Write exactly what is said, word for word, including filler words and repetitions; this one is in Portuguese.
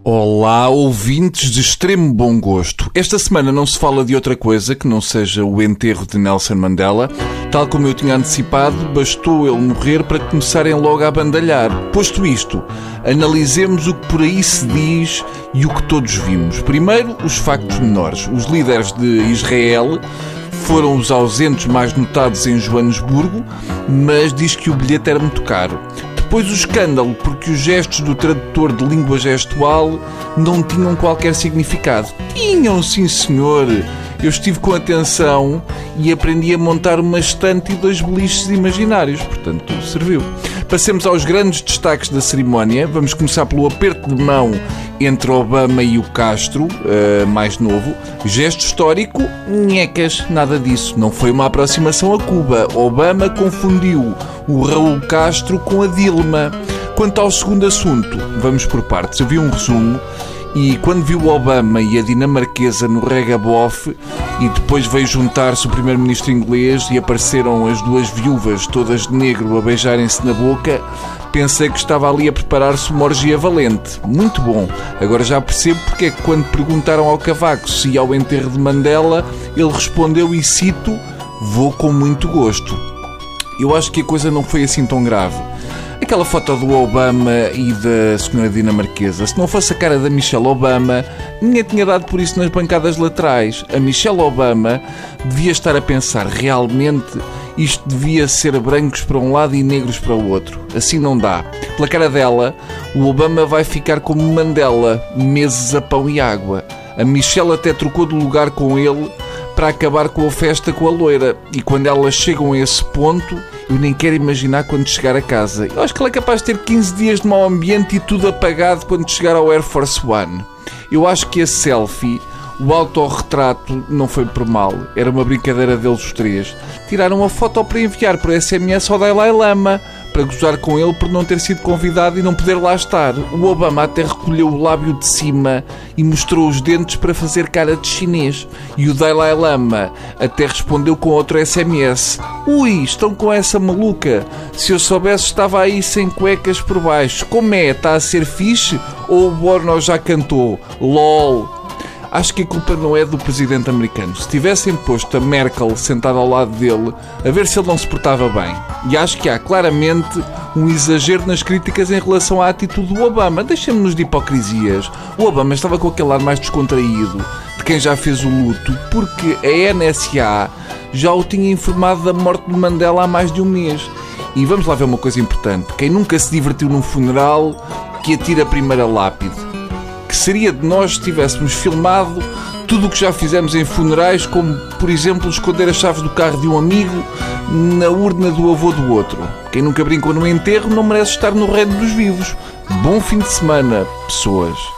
Olá, ouvintes de extremo bom gosto. Esta semana não se fala de outra coisa que não seja o enterro de Nelson Mandela. Tal como eu tinha antecipado, bastou ele morrer para começarem logo a bandalhar. Posto isto, analisemos o que por aí se diz e o que todos vimos. Primeiro, os factos menores. Os líderes de Israel foram os ausentes mais notados em Joanesburgo, mas diz que o bilhete era muito caro. Depois o escândalo, porque os gestos do tradutor de língua gestual não tinham qualquer significado. Tinham, sim senhor. Eu estive com atenção e aprendi a montar uma estante e dois beliches imaginários. Portanto, serviu. Passemos aos grandes destaques da cerimónia. Vamos começar pelo aperto de mão entre Obama e o Castro, uh, mais novo. Gesto histórico, nhecas, nada disso. Não foi uma aproximação a Cuba. Obama confundiu o Raul Castro com a Dilma. Quanto ao segundo assunto, vamos por partes. Eu vi um resumo e quando vi o Obama e a dinamarquesa no Regabof e depois veio juntar-se o primeiro-ministro inglês e apareceram as duas viúvas todas de negro a beijarem-se na boca, pensei que estava ali a preparar-se uma orgia valente. Muito bom. Agora já percebo porque é que quando perguntaram ao Cavaco se ia ao enterro de Mandela, ele respondeu, e cito, "Vou com muito gosto". Eu acho que a coisa não foi assim tão grave. Aquela foto do Obama e da senhora dinamarquesa, se não fosse a cara da Michelle Obama, ninguém tinha dado por isso nas bancadas laterais. A Michelle Obama devia estar a pensar, realmente isto devia ser brancos para um lado e negros para o outro. Assim não dá. Pela cara dela, o Obama vai ficar como Mandela, meses a pão e água. A Michelle até trocou de lugar com ele para acabar com a festa com a loira. E quando elas chegam a esse ponto, eu nem quero imaginar quando chegar a casa. Eu acho que ela é capaz de ter quinze dias de mau ambiente e tudo apagado quando chegar ao Air Force One. Eu acho que a selfie, o autorretrato, não foi por mal. Era uma brincadeira deles os três. Tiraram a foto para enviar por S M S ao Dalai Lama, para gozar com ele por não ter sido convidado e não poder lá estar. O Obama até recolheu o lábio de cima e mostrou os dentes para fazer cara de chinês. E o Dalai Lama até respondeu com outro S M S. "Ui, estão com essa maluca. Se eu soubesse estava aí sem cuecas por baixo. Como é? Está a ser fixe? Ou o Bono já cantou? LOL." Acho que a culpa não é do presidente americano. Se tivessem posto a Merkel sentada ao lado dele, a ver se ele não se portava bem. E acho que há claramente um exagero nas críticas em relação à atitude do Obama. Deixem-nos de hipocrisias. O Obama estava com aquele ar mais descontraído de quem já fez o luto, porque a N S A já o tinha informado da morte de Mandela há mais de um mês. E vamos lá ver uma coisa importante. Quem nunca se divertiu num funeral, que atira a primeira lápide. Que seria de nós se tivéssemos filmado tudo o que já fizemos em funerais, como, por exemplo, esconder as chaves do carro de um amigo na urna do avô do outro. Quem nunca brincou num enterro não merece estar no reino dos vivos. Bom fim de semana, pessoas.